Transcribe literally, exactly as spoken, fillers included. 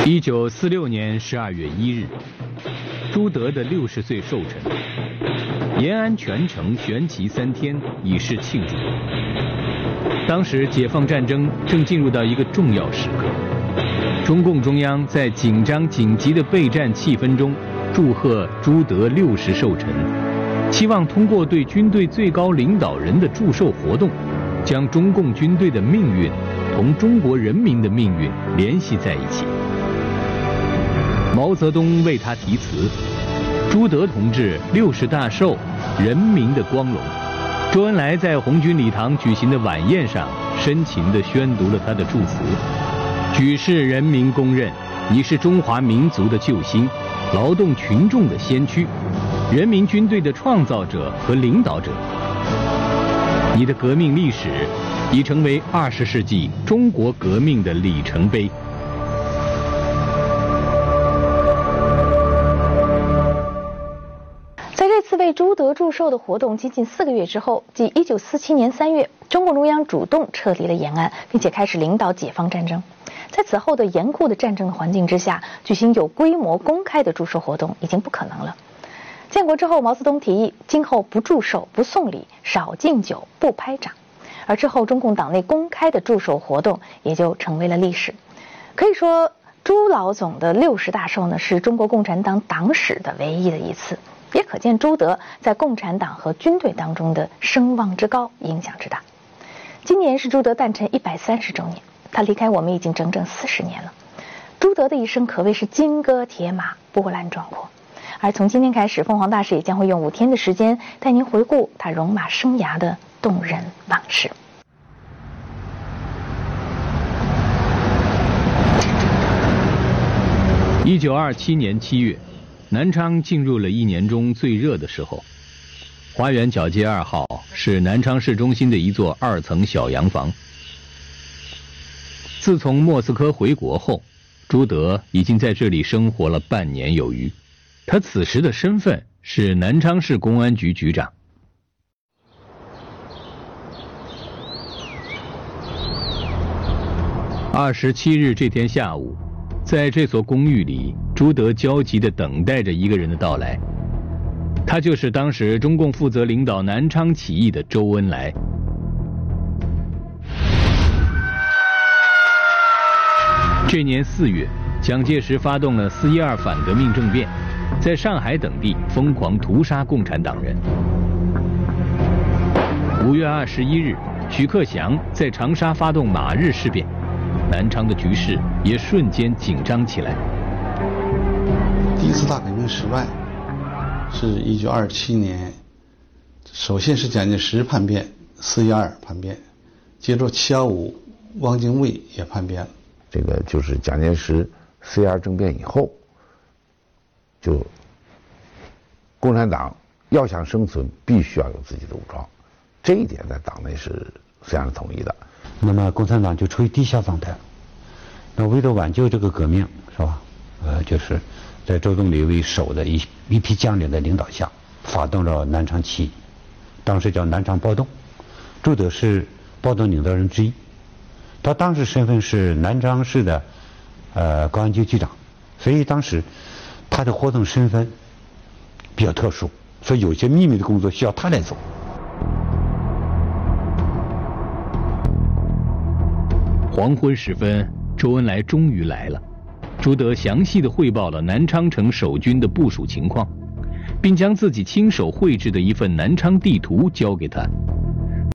一九四六年十二月一日，朱德的六十岁寿辰，延安全城悬旗三天，以示庆祝。当时解放战争正进入到一个重要时刻，中共中央在紧张紧急的备战气氛中，祝贺朱德六十寿辰，期望通过对军队最高领导人的祝寿活动，将中共军队的命运同中国人民的命运联系在一起。毛泽东为他题词：“朱德同志六十大寿，人民的光荣。”周恩来在红军礼堂举行的晚宴上，深情地宣读了他的祝词：“举世人民公认，你是中华民族的救星，劳动群众的先驱，人民军队的创造者和领导者。你的革命历史已成为二十世纪中国革命的里程碑。” 这次为朱德祝寿的活动仅仅四个月之后，即一九四七年三月，中共中央主动撤离了延安，并且开始领导解放战争。在此后的严酷的战争的环境之下，举行有规模、公开的祝寿活动已经不可能了。建国之后，毛泽东提议今后不祝寿、不送礼、少敬酒、不拍掌，而之后中共党内公开的祝寿活动也就成为了历史。可以说，朱老总的六十大寿呢，是中国共产党党史的唯一的一次。也可见朱德在共产党和军队当中的声望之高、影响之大。今年是朱德诞辰一百三十周年，他离开我们已经整整四十年了。朱德的一生可谓是金戈铁马、波澜壮阔。而从今天开始，凤凰大使也将会用五天的时间带您回顾他戎马生涯的动人往事。 一九二七年七月。南昌进入了一年中最热的时候。花园皎街二号是南昌市中心的一座二层小洋房。自从莫斯科回国后，朱德已经在这里生活了半年有余。他此时的身份是南昌市公安局局长。二十七日这天下午，在这所公寓里，朱德焦急地等待着一个人的到来，他就是当时中共负责领导南昌起义的周恩来。这年四月，蒋介石发动了四一二反革命政变，在上海等地疯狂屠杀共产党人。五月二十一日，许克祥在长沙发动马日事变，南昌的局势也瞬间紧张起来。 第一次大革命失败是一九二七年，首先是蒋介石叛变，四一二叛变，接着七幺五汪精卫也叛变了。 这个就是蒋介石四一二政变以后，就共产党要想生存，必须要有自己的武装，这一点在党内是非常统一的。 那么共产党就处于低下状态，那为了挽救这个革命，是吧？呃，就是在周总理为首的一一批将领的领导下，发动了南昌起义，当时叫南昌暴动。朱德是暴动领导人之一，他当时身份是南昌市的呃公安局局长，所以当时他的活动身份比较特殊，所以有些秘密的工作需要他来做。 黄昏时分，周恩来终于来了。朱德详细地汇报了南昌城守军的部署情况，并将自己亲手绘制的一份南昌地图交给他。